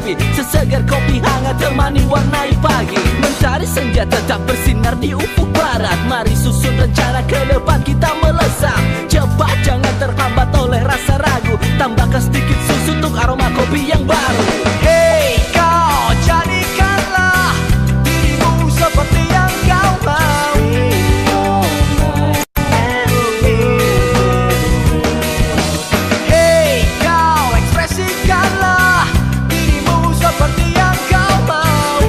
sepi, sesegar kopi hangat temani warnai pagi. Mentari senja tetap bersinar di ufuk barat. Mari susun rencana ke depan kita melesat. Cepat jangan terhambat oleh rasa ragu. Tambahkan sedikit susu untuk aroma kopi yang baru. Hey kau, jadikanlah dirimu seperti yang kau mau. Hey kau, ekspresikanlah dirimu seperti yang kau mau.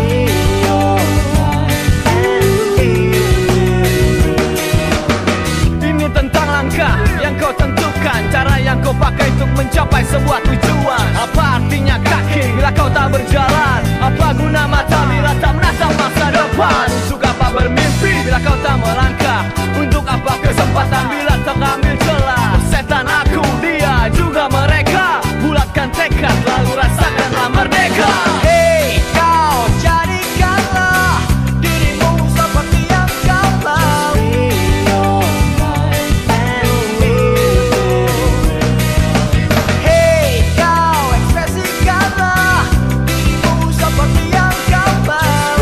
Ini tentang langkah yang kau tentukan, cara yang kau pakai untuk mencapai sebuah tujuan. Apa artinya kaki bila kau tak berjalan? Apa guna mata bila tak menatap masa depan? Untuk apa bermimpi bila kau tak melangkah? Untuk apa kesempatan bila tak ambil celah? Setan aku, dia juga mereka. Bulatkan tekad lalu rasakanlah merdeka. Hey kau, jadikanlah dirimu seperti yang kau mau. Hey kau, ekspresikanlah dirimu seperti yang kau mau.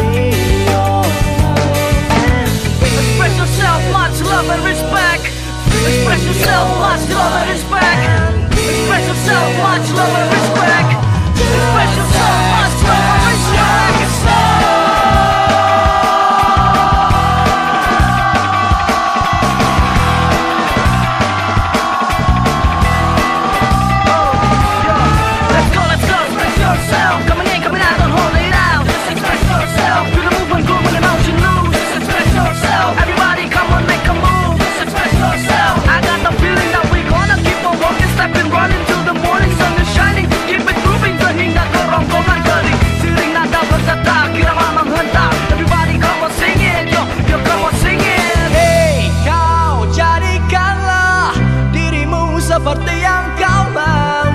Express yourself, much love and respect. Express yourself, much love and respect. Express yourself, much love and respect. Express yourself, much love and respect. Let's go, let's go. Express yourself. Coming in, coming out, don't hold it out. Just express yourself. Do the movement, groove, and emotion loose. Just express yourself. Everybody, come on, make a move. Just express yourself. I got the feeling that we gonna keep on walking, stepping, running till the morning sun is shining. Keep it moving sehingga kerongkongan kering. Siring nada bergetar, irama menghentak. Everybody, come on, sing it, yo, yo, come on, sing it. Hey kau, jadikanlah dirimu seperti yang kau mau.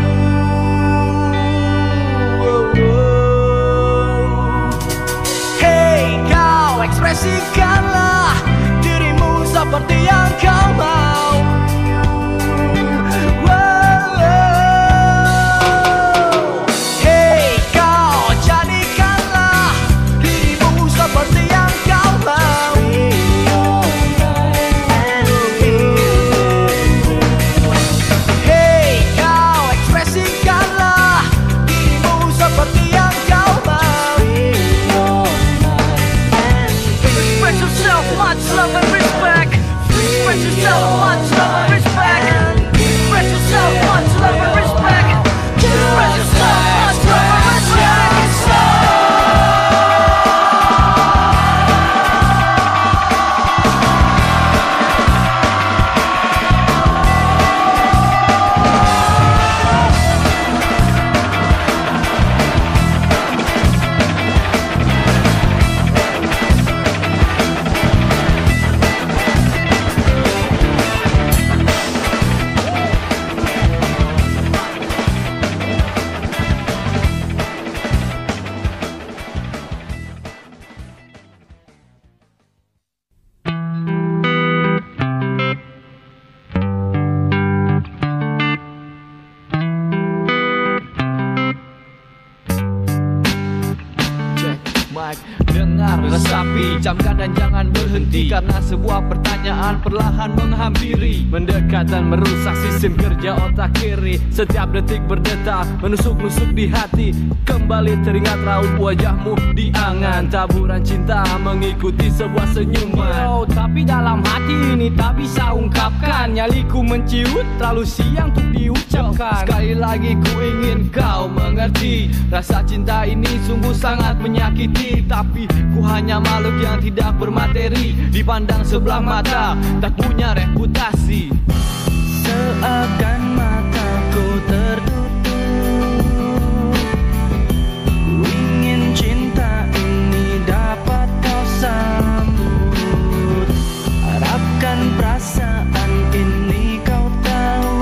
Hey kau, ekspresikanlah dirimu seperti yang kau mau. Hey kau, jadikanlah dirimu seperti yang kau mau. Hey kau, ekspresikanlah dirimu seperti yang kau mau. Express yourself, much love and respect. Express yourself, much love and respect. Express yourself, much love and respect. Express yourself, much love and respect. Dengar, resapi, camkan dan jangan berhenti. Karena sebuah pertanyaan perlahan menghampiri, mendekat dan merusak sistem kerja otak kiri. Setiap detik berdetak, menusuk-nusuk di hati. Kembali teringat raut wajahmu di angan. Taburan cinta mengikuti sebuah senyuman. Yo, tapi dalam hati ini tak bisa ungkapkan. Nyaliku menciut, terlalu siang untuk diucapkan. Sekali lagi ku ingin kau mengerti, rasa cinta ini sungguh sangat menyakiti. Tapi ku hanya makhluk yang tidak bermateri, dipandang sebelah mata, tak punya reputasi. Seakan mataku tertutup, ku ingin cinta ini dapat kau sambut. Harapkan perasaan ini kau tahu,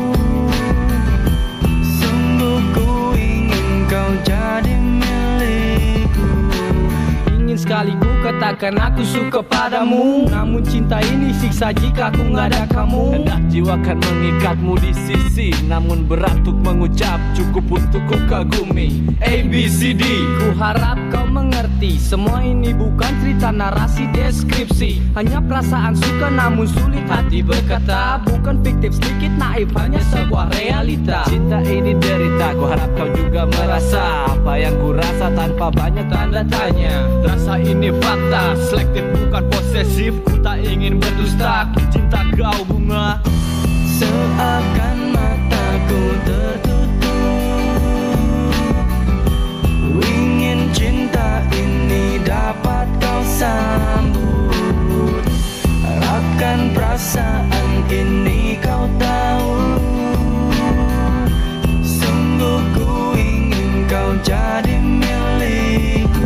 sungguh ku ingin kau jadi milikku. Ingin sekali ku katakan Katakan aku suka padamu, namun cinta ini siksa jika aku nggak ada kamu. Hendak jiwa kan mengikatmu di sisi, namun berat untuk mengucap, cukup untuk ku kagumi. ABCD. Ku harap kau mengerti, semua ini bukan cerita narasi deskripsi. Hanya perasaan suka namun sulit hati berkata. Bukan fiktif sedikit naif, hanya sebuah realita. Cinta ini derita, ku harap kau juga merasa apa yang ku rasa tanpa banyak tanda tanya. Rasa ini fakta, selektif bukan posesif. Ku tak ingin berdusta, ku cinta kau bunga. Seakan mataku tertutup, ingin cinta ini dapat kau sambut. Harapkan perasaan ini kau tahu, sungguh ku ingin kau jadi milikku.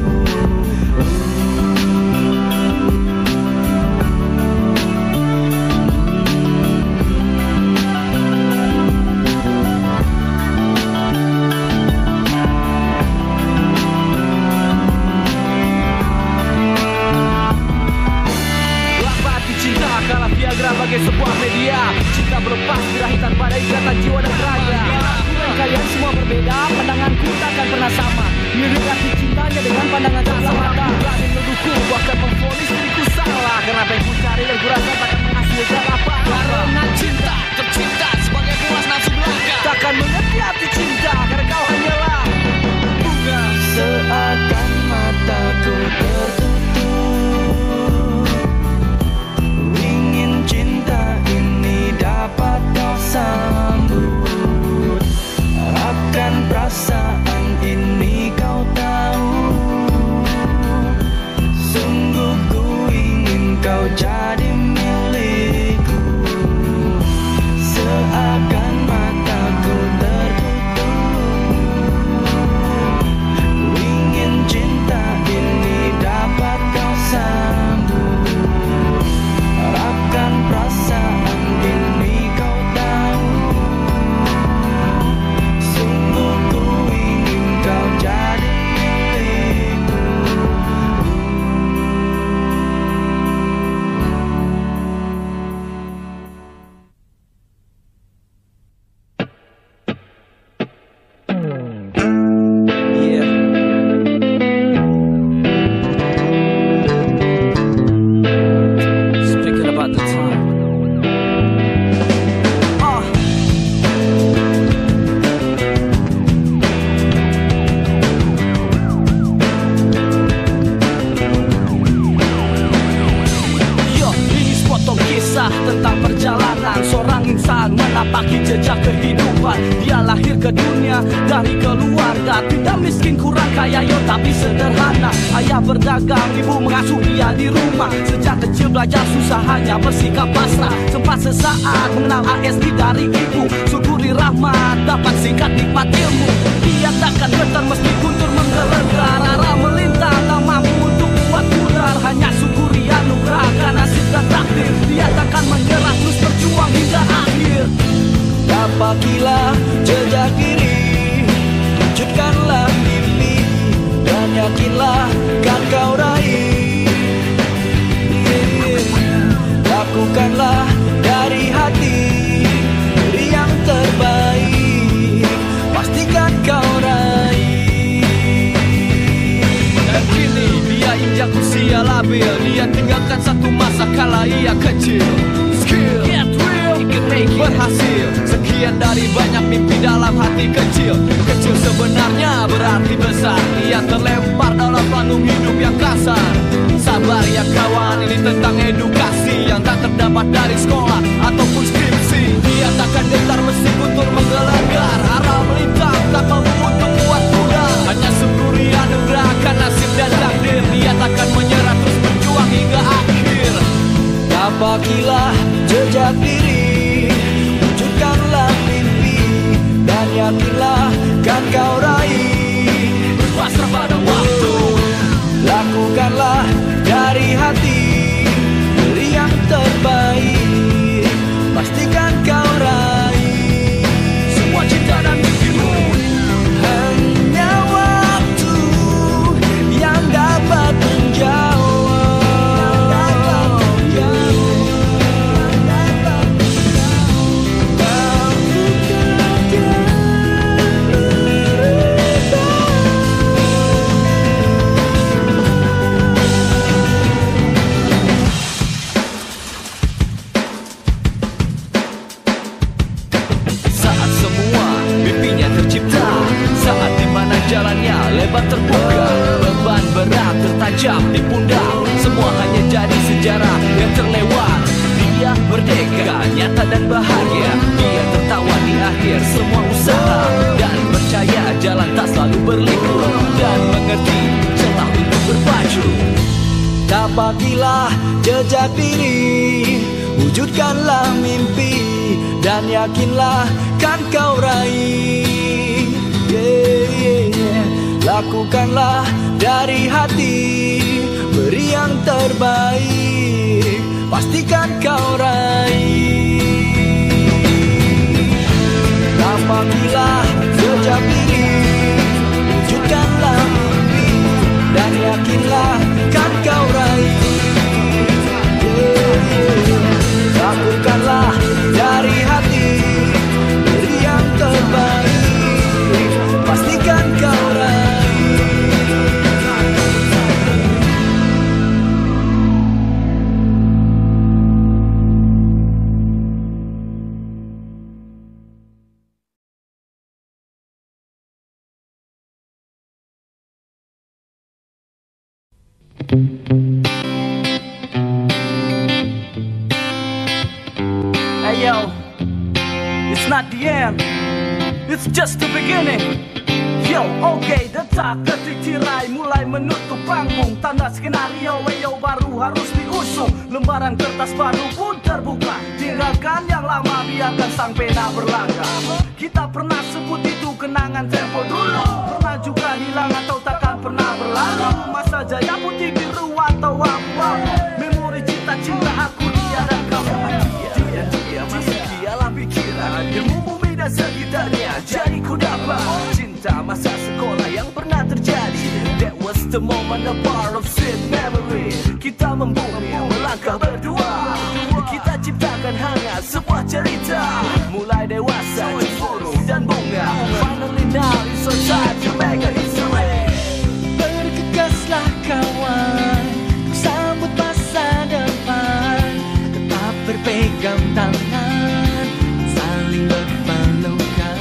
Bagai sebuah media, cinta berlepas birahitan pada ikatan jiwa dan raga. Kalian semua berbeda, pandanganku takkan pernah sama. Mirip arti cintanya dengan pandangan tak sama. Berani menuduhku, bahkan memvonis diriku salah. Karena apa yang ku cari dan ku rasa takkan menghasilkan apa-apa. Karena cinta, tercipta sebagai buah nafsu belaka. Takkan mengerti arti cinta, karena kau hanyalah bunga. Seakan mataku tertutup, ingin cinta ini dapat kau sambut. Harapkan perasaan ini kau tahu, sungguh ku ingin kau jadi milikku. Seakan mataku tertutup, ingin cinta ini dapat kau sambut. Harapkan perasaan ini kau tahu, sungguh ku ingin kau jadi milikku. Yeah. Speaking about the time. Yo, ini sepotong kisah tentang perjalanan seorang insan menapaki jejak kehidupan. Dia lahir ke dunia dari keluarga tidak miskin kurang kaya yo tapi sederhana. Ayah berdagang, ibu mengasuh dia di rumah. Sejak kecil belajar susah hanya bersikap pasrah. Sempat sesaat mengenal ASD dari ibu. Syukuri rahmat dapat singkat nikmat ilmu. Dia takkan gentar meski guntur menggelegar. Arah melintang tak mampu untuk buat pudar. Hanya syukuri anugerah karena nasib dan takdir. Dia takkan menyerah terus berjuang hingga akhir. Tapakilah jejak diri, wujudkanlah mimpi, dan yakinlah kan kau raih. Lakukanlah dari hati yang terbaik, pastikan kau raih. Dan kini dia injak usia labil. Dia tinggalkan satu masa kala ia kecil. Skill, get real, he can make it. Berhasil, sekian dari banyak mimpi dalam hati kecil. Kecil sebenarnya berarti besar. Ia terlempar dalam panggung hidup yang kasar. Sabar ya kawan, ini tentang edukasi yang tak terdapat dari sekolah ataupun skripsi. Dia takkan gentar meski guntur menggelegar. Arah melintang tak mau untuk kuat pudar. Hanya syukuri anugerah akan nasib dan takdir. Dia takkan menyerah terus berjuang hingga akhir. Tapakilah jejak diri, wujudkanlah mimpi, dan yakinlah kan kau raih. tajam di pundak. Semua hanya jadi sejarah yang terlewat. Dia merdeka, nyata dan bahagia. Dia tertawa di akhir semua usaha, dan percaya jalan tak selalu berliku, dan mengerti celah untuk berpacu. Dapatilah jejak diri, wujudkanlah mimpi, dan yakinlah kan kau raih. Lakukanlah dari hati, beri yang terbaik, pastikan kau raih. Dapatilah jejak diri, wujudkanlah mimpi, dan yakinlah kan kau raih. Lakukanlah dari hati, beri yang terbaik, pastikan kau raih. Hey yo, it's not the end, it's just the beginning. Yo, okay, detak detik tirai mulai menutup panggung. Tanda skenario yo baru harus diusung. Lembaran kertas baru pun terbuka. Tinggalkan yang lama, biarkan sang pena berlangkah. Kita pernah sebut itu kenangan tempo dulu. Pernah juga hilang atau takkan pernah berlalu. Masa jaya putih biru atau abu-abu. Memori cinta-cinta aku, dia dan kamu. Dia masih dialah pikiran. Ilmu bumi dan sekitarnya. Jadi ku dapat cinta masa sekolah yang pernah terjadi. That was the moment, a part of sweet memory. Kita membumi, melangkah berdua. Kita ciptakan hangat sebuah cerita. Mulai dewasa, cemburu dan bunga. Finally now it's so time to make a history. Bergegaslah kawan, sambut masa depan. Tetap berpegang tangan, saling berpelukan.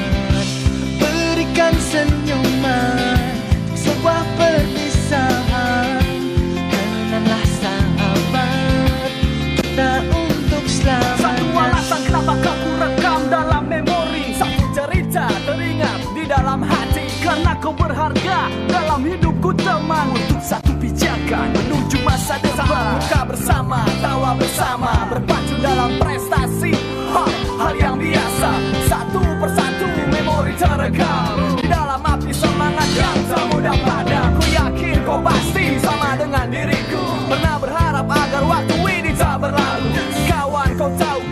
Berikan senyuman, sebuah perpisahan. Kenanglah sahabat, kita untuk selamanya. Satu alasan kenapa kau ku rekam dalam memori. Satu cerita teringat di dalam hati. Karena kau berharga dalam hidupku teman. Untuk satu pijakan menuju masa depan. Buka bersama, tawa bersama, berpacu dalam prestasi. Hal yang biasa, satu persatu memori terekam di dalam api semangat yang termudah padam. Ku yakin kau pasti sama dengan diriku. Pernah berharap agar waktu ini tak berlalu. Kawan kau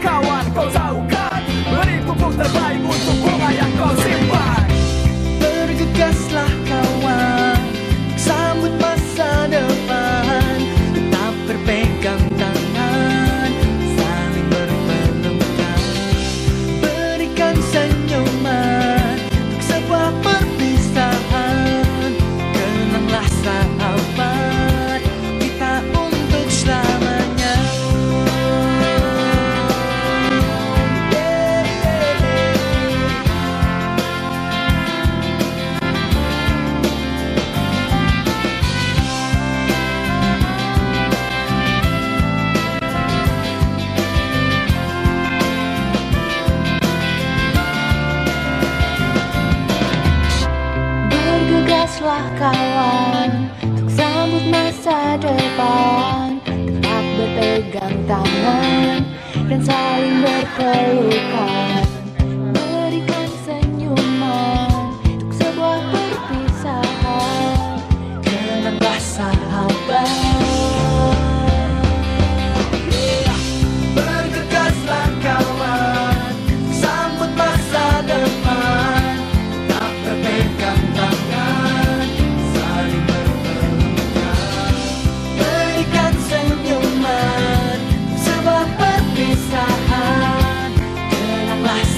tahu kan, beri pupuk terbaik untuk bunga yang kau simpan. Bergegaslah kawan, sambut masa depan. Tetap berpegang tangan, saling berpelukan. Berikan senyuman, sebuah perpisahan. Kenanglah sahabat, kita untuk selamanya. Bergegaslah kawan, untuk sambut masa depan. Tetap berpegang tangan dan saling berpelukan. Berikan senyuman untuk sebuah perpisahan. Kenanglah sahabat. Bergegaslah kawan, sambut masa depan. Tetap berpegang tangan, saling berpelukan. Berikan senyuman, sebuah perpisahan. Kenanglah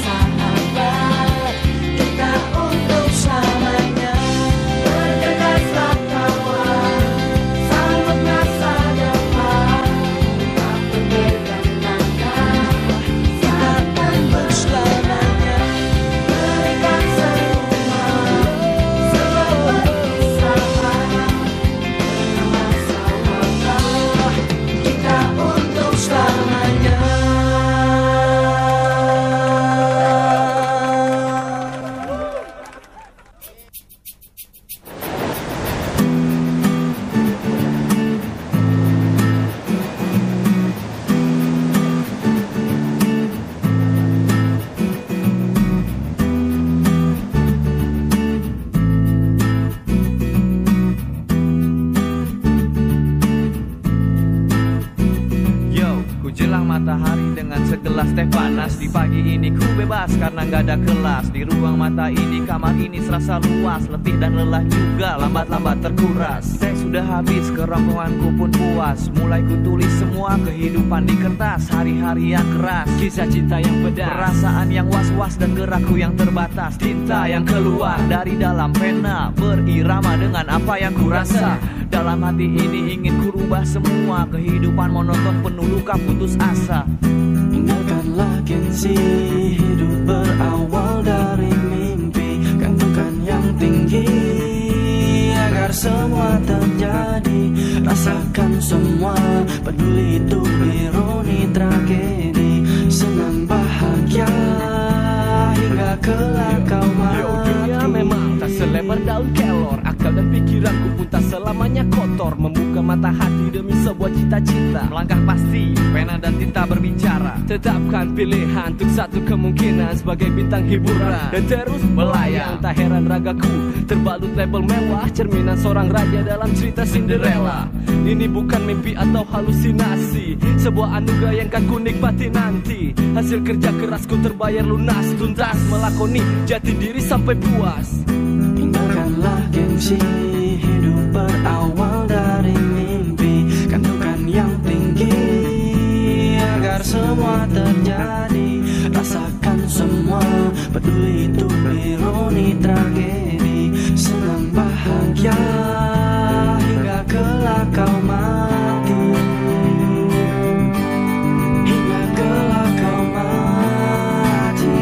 teh panas. Di pagi ini ku bebas karena gak ada kelas. Di ruang mata ini, kamar ini serasa luas. Letih dan lelah juga lambat-lambat terkuras. Teh sudah habis, kerongkonganku pun puas. Mulai ku tulis semua kehidupan di kertas. Hari-hari yang keras, kisah cinta yang pedas, perasaan yang was-was dan gerakku yang terbatas. Tinta yang keluar dari dalam pena, berirama dengan apa yang ku rasa. Dalam hati ini ingin ku rubah semua. Kehidupan monoton penuh luka putus asa. Tinggalkanlah gengsi, hidup berawal dari mimpi. Gantungkan yang tinggi agar semua terjadi. Rasakan semua, peduli itu ironi tragedi. Senang bahagia hingga kelak kau mati. dunia memang tak selebar daun kelor. Akal dan pikiranku pun tak selamanya kotor. Membuka mata hati demi sebuah cita-cita. Melangkah pasti, pena dan tinta berbicara. Tetapkan pilihan untuk satu kemungkinan sebagai bintang hiburan dan terus melayang. Tak heran ragaku terbalut label mewah, cerminan seorang raja dalam cerita Cinderella. Ini bukan mimpi atau halusinasi, sebuah anugerah yang kan ku nikmati nanti. Hasil kerja kerasku terbayar lunas, tuntas melakoni jati diri sampai puas. Tinggalkanlah gengsi, hidup berawal dari mimpi. Gantungkan yang tinggi agar semua terjadi. Rasakan semua, peduli itu ironi tragedi. Senang bahagia hingga kelak kau mati. Hingga kelak kau mati.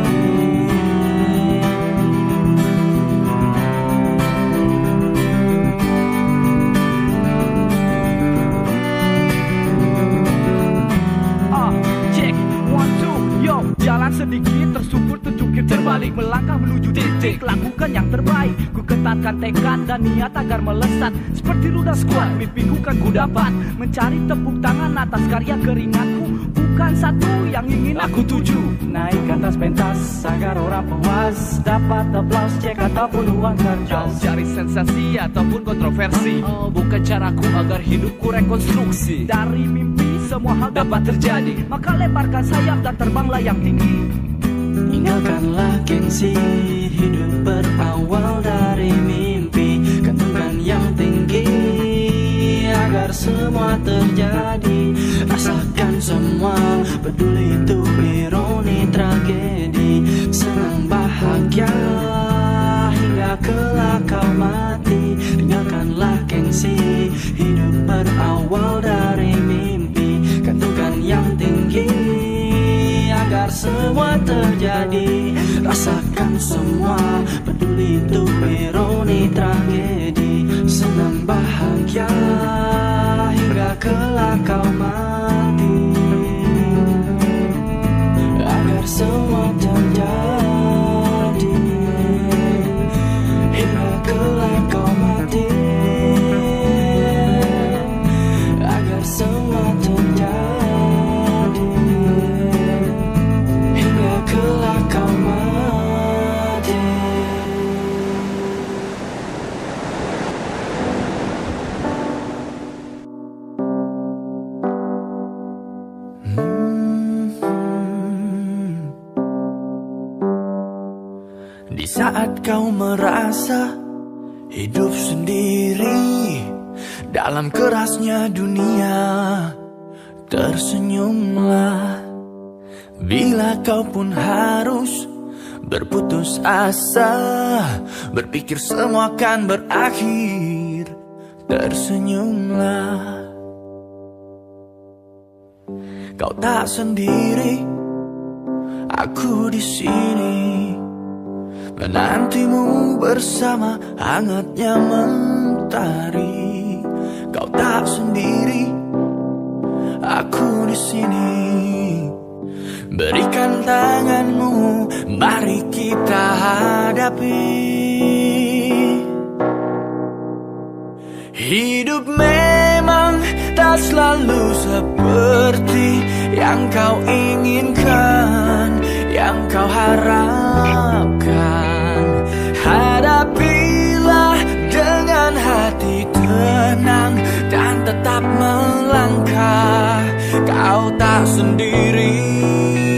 Check, 1, 2, yo. Jalan sedikit tersungkur terjungkir terbalik. Melangkah menuju titik, lakukan yang terbaik. Ku ketatkan tekad dan niat agar melesat. Seperti roda skuad, mimpiku kan ku dapat. Mencari tepuk tangan atas karya keringatku. Bukan satu yang ingin aku tuju. Naik ke atas pentas agar orang puas. Dapat aplaus, cek ataupun uang kertas. Cari sensasi ataupun kontroversi. Bukan caraku agar hidupku rekonstruksi. Dari mimpi semua hal dapat terjadi. Maka lebarkan sayap dan terbanglah yang tinggi. Tinggalkanlah gengsi, hidup berawal dari mimpi. Gantungkan yang tinggi agar semua terjadi. Rasakan semua, peduli itu ironi tragedi. Senang bahagia hingga kelak kau mati. Tinggalkanlah gengsi, hidup berawal dari mimpi. Gantungkan yang tinggi agar semua terjadi. Rasakan semua, peduli itu ironi tragedi. Senang bahagia hingga kelak kau mati. Agar semua terjadi hingga kelak kau mati. Agar semua terjadi hingga kelak kau mati. Di saat kau merasa hidup sendiri dalam kerasnya dunia, tersenyumlah. Bila kau pun harus berputus asa, berpikir semua akan berakhir, tersenyumlah. Kau tak sendiri, aku di sini menantimu bersama hangatnya mentari. Kau tak sendiri, aku di sini. Berikan tanganmu, mari kita hadapi. Hidup memang tak selalu seperti yang kau inginkan, yang kau harapkan. Hadapilah dengan hati tenang dan tetap melangkah. Kau tak sendiri.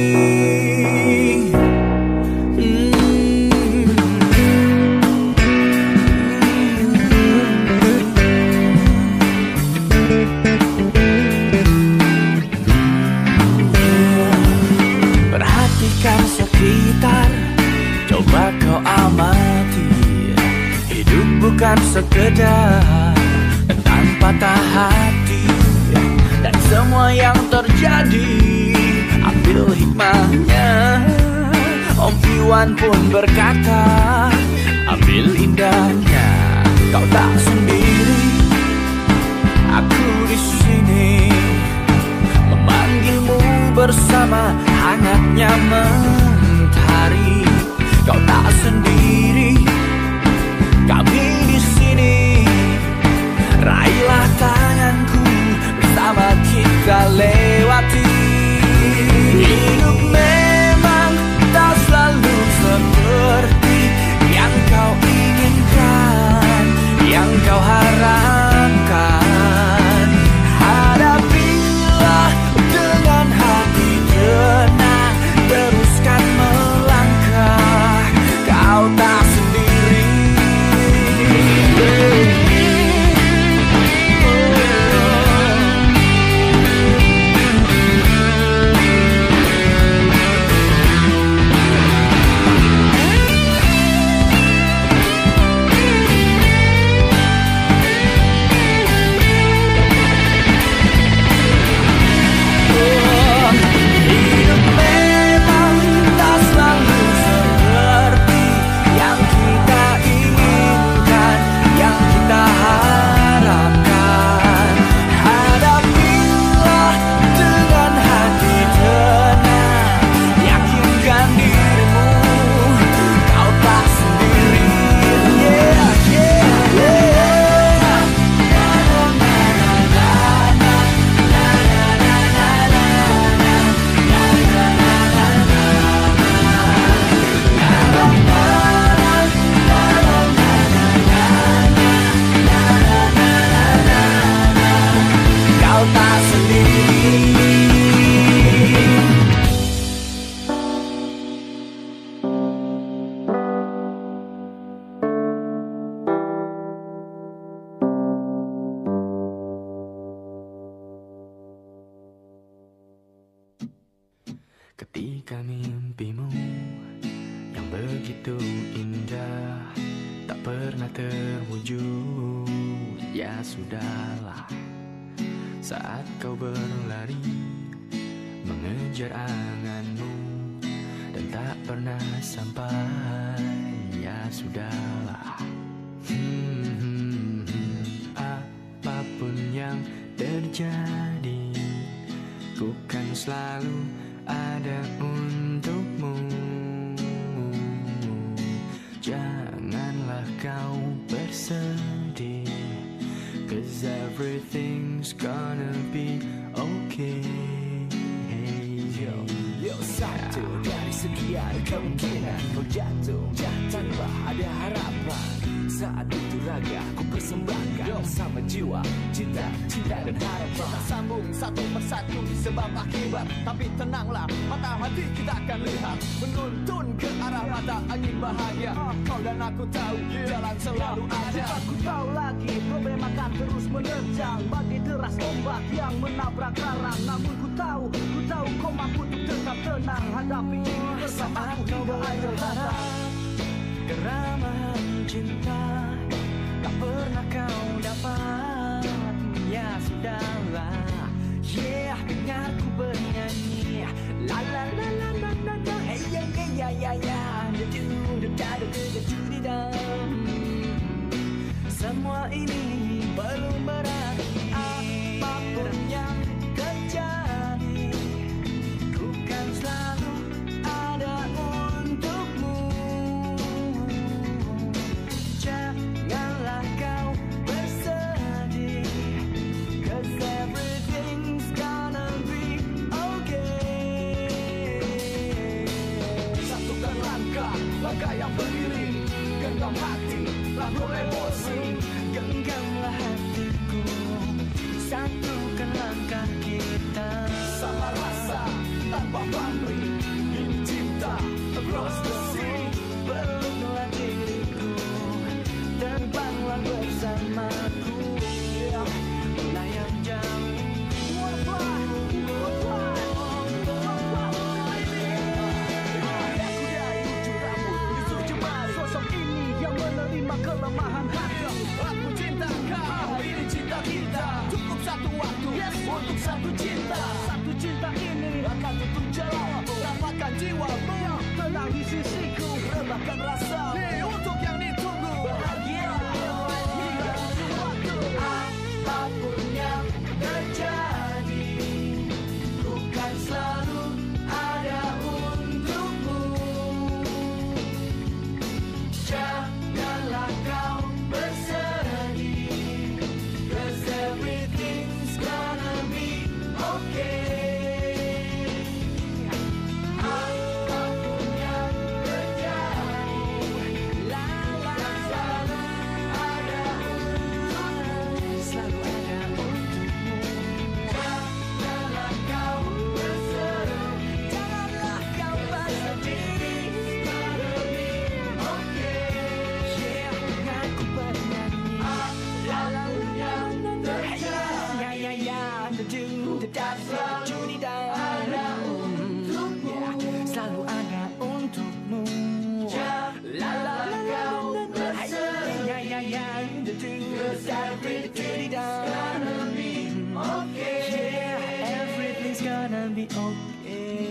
bukan sekedar tentang patah hati. Dan semua yang terjadi ambil hikmahnya. Om Iwan pun berkata, ambil indahnya. Kau tak sendiri, aku di sini memanggilmu bersama hangatnya mentari. Kau tak sendiri, kami di sini. Raihlah tanganku, bersama kita lewati. Hidup memang tak selalu seperti yang kau inginkan, yang kau harapkan. Hadapilah dengan hati tenang, teruskan melangkah. Kau tak sendiri. Ketika mimpimu yang begitu indah tak pernah terwujud, ya sudahlah. Saat kau berlari mengejar anganmu dan tak pernah sampai, ya sudahlah. Apapun yang terjadi, ku kan selalu ada untukmu. Janganlah kau bersedih, 'cause everything's gonna be okay. Yo, satu dari sekian kemungkinan kau jatuh tanpa ada harapan. Saat itu raga ku persembahkan bersama jiwa, cinta dan harapan. Kita sambung satu persatu sebab akibat. Tapi tenanglah, mata hati kita akan lihat, menuntun ke arah mata angin bahagia. Kau dan aku tahu jalan selalu ada. Aku tahu lagi problem akan terus menerjang bagi deras ombak yang menabrak karang. Namun ku tahu kau mampu untuk tetap tenang hadapi ini bersama aku hingga akhir kata. Keramahan cinta tak pernah kau dapat, ya sudahlah. Yeah, dengarku bernyanyi, la la la la la la la, hey ya ya ya ya, da du da da da da da. Semua ini belum berarti apapun yang terjadi, ku kan selalu ada untukmu. Janganlah kau bersedih, 'cause everything's gonna be okay. Satukan langkah yang beriring, genggam hati, lalu emosi. Genggamlah hatiku, satukan langkah kita. Sama rasa, tanpa pamrih, ini cinta across the sea. Peluklah diriku, terbanglah bersamaku, melayang jauh. Aku dari ujung rambut di ujung 'Cause everything's gonna be okay. Yeah, everything's gonna be okay.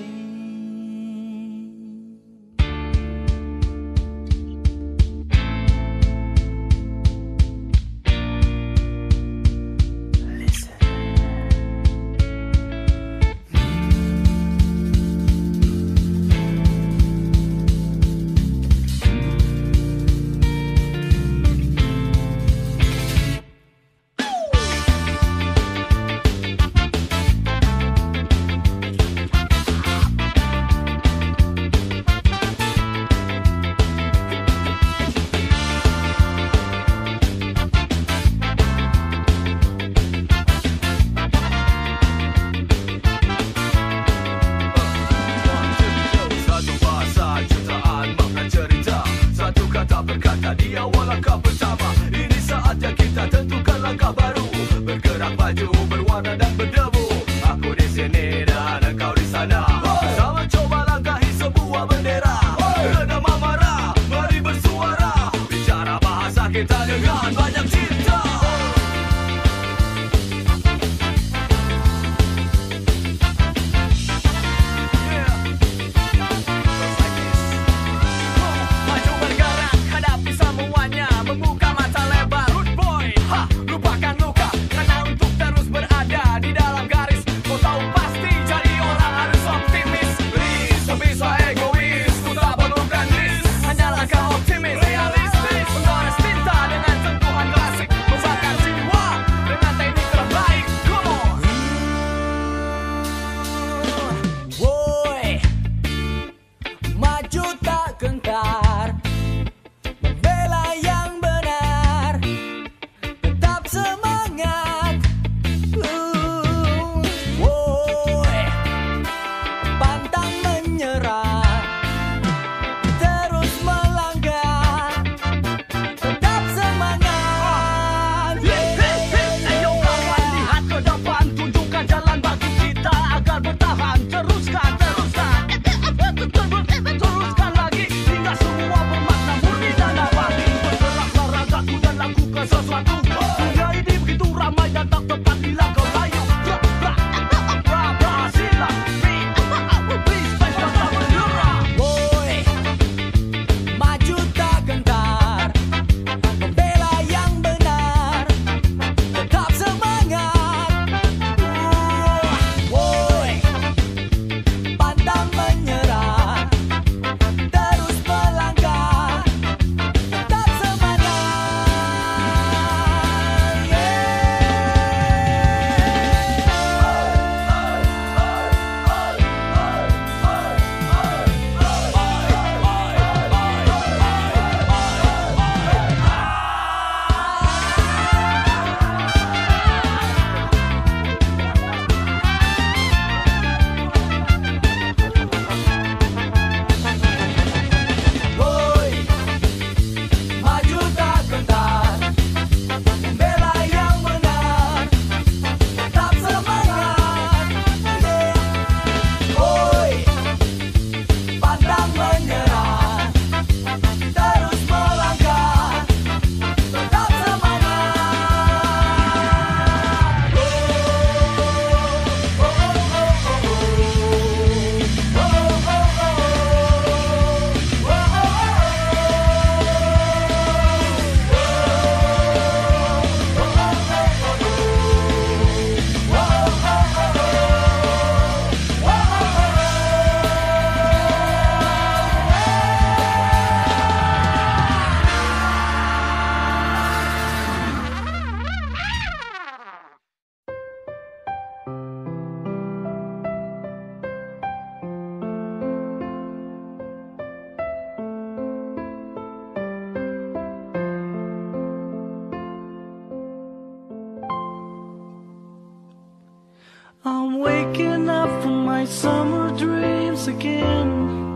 I'm waking up from my summer dreams again.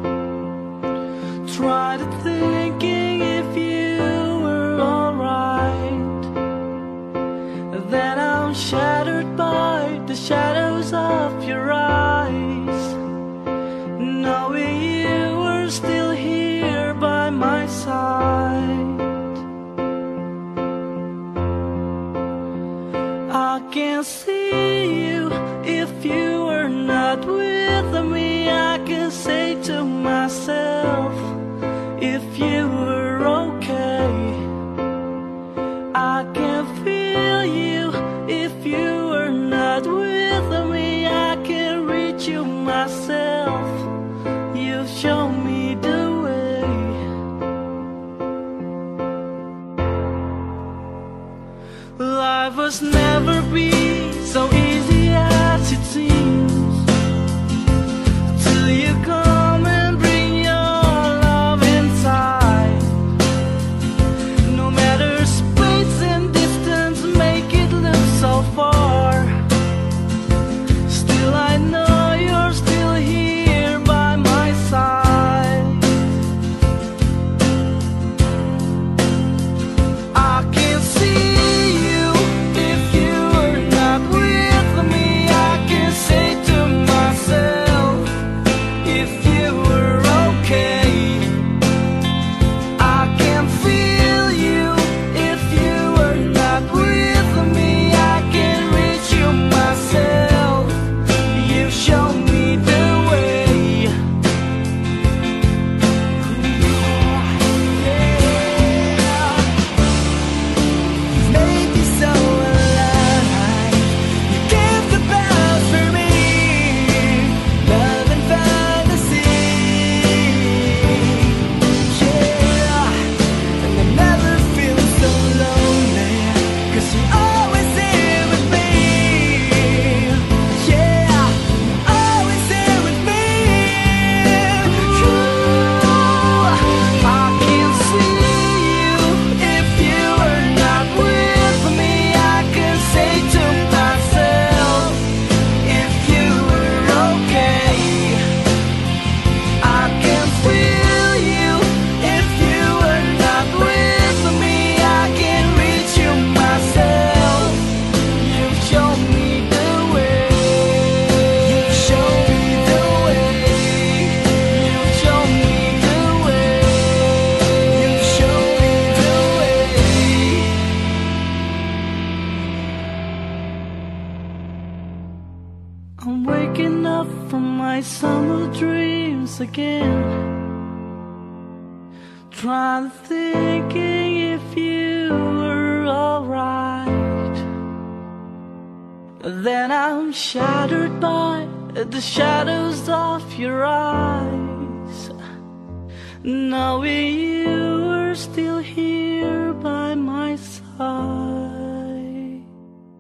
Try to thinking if you were alright. Then I'm shattered by the shadows of your eyes, knowing you were still here by my side. can't see you if you are not with me. I can say to myself, if you were okay. I can feel you if you are not with me. I can reach you myself. You've shown me the way. Life was never be so easy as it seems, till you come and bring your love inside. No matter space and distance make it look so far, still I know you're still here by my side. I can see you if you are not with me. I can say to myself, if you were okay. I can feel you if you are not with me. I can reach you myself. You show me the way. You've made me so alive. You gave the best for me, love and fantasy. Yeah, and I never feel so lonely, 'cause you're always here with me. Yeah, you're always here with me. I can see you if you are not with me. I can say to myself, if you were okay. I can feel you if you are not with me. I can reach you myself. You show me the way. You show me the way. You show me the way. You show me the way. I'm waking up from my summer dreams again, trying to thinking if you were alright. Then I'm shattered by the shadows of your eyes, knowing you were still here by my side.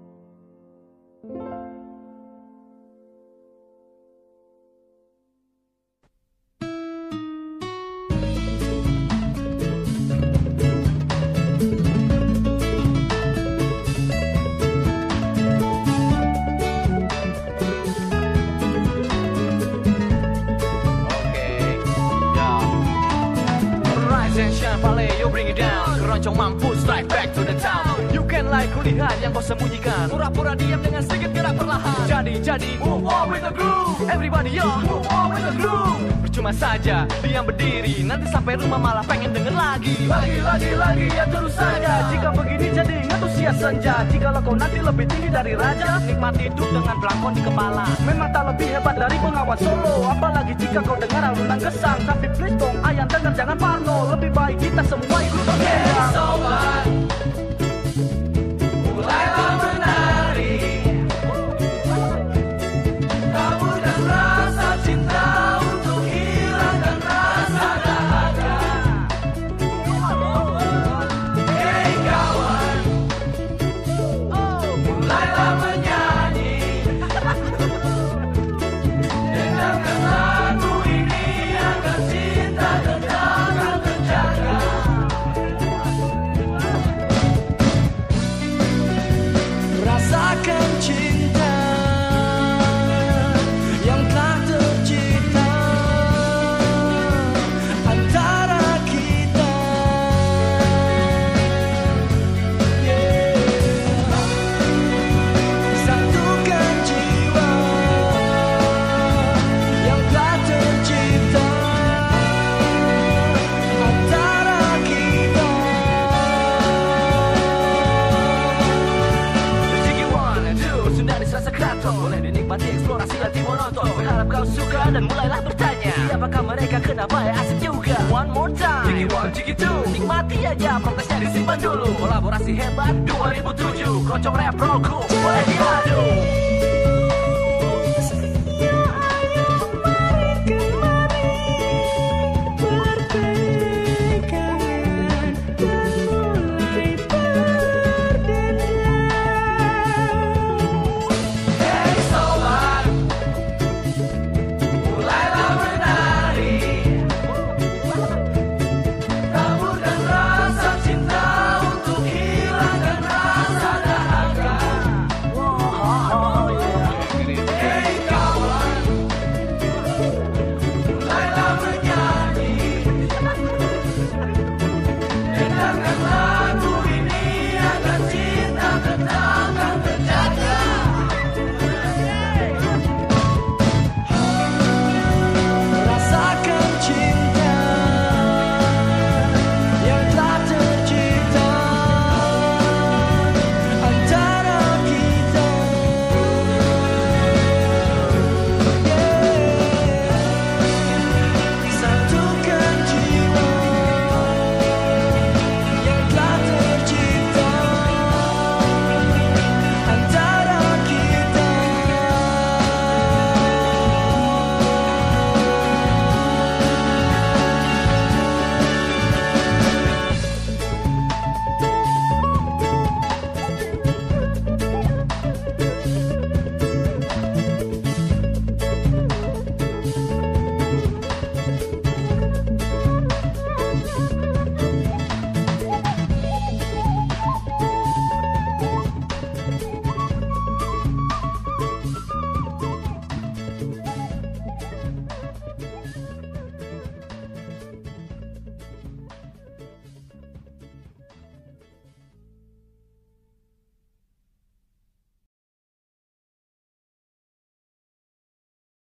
Rise and shine, Vale, you bring it down. Keroncong mampu strike back to the town. You can like kulihat yang kau sembunyikan, pura-pura diam dengan sedikit gerak perlahan. Jadi move on with the groove. Everybody yo, move on with the groove. Percuma saja diam berdiri, nanti sampai rumah malah pengen denger lagi. Lagi ya terus saja. Jika begini jadi antusias senja. Jikalau kau nanti lebih tinggi dari raja, nikmati hidup dengan belangkon di kepala. Memang tak lebih hebat dari pengawan solo, apalagi jika kau dengar alunan gesang. Tapi please dong ayam dengar jangan parno. Lebih baik kita semua ikut berkembang. Sobat, mulailah menari, taburkan rasa cinta untuk hilangkan rasa dahaga. Hey kawan, mulailah menyanyi, dengarkan lagu ini agar cinta tetap terjaga. Nikmati eksplorasi dan timbul nonton. Berharap kau suka dan mulailah bertanya, siapakah mereka, kenapa ya asik juga. One more time, Jiki one, Jiki two. Nikmati aja, protesnya disimpan dulu. Kolaborasi hebat 2007, Kocok Rap Rollku boleh diadu.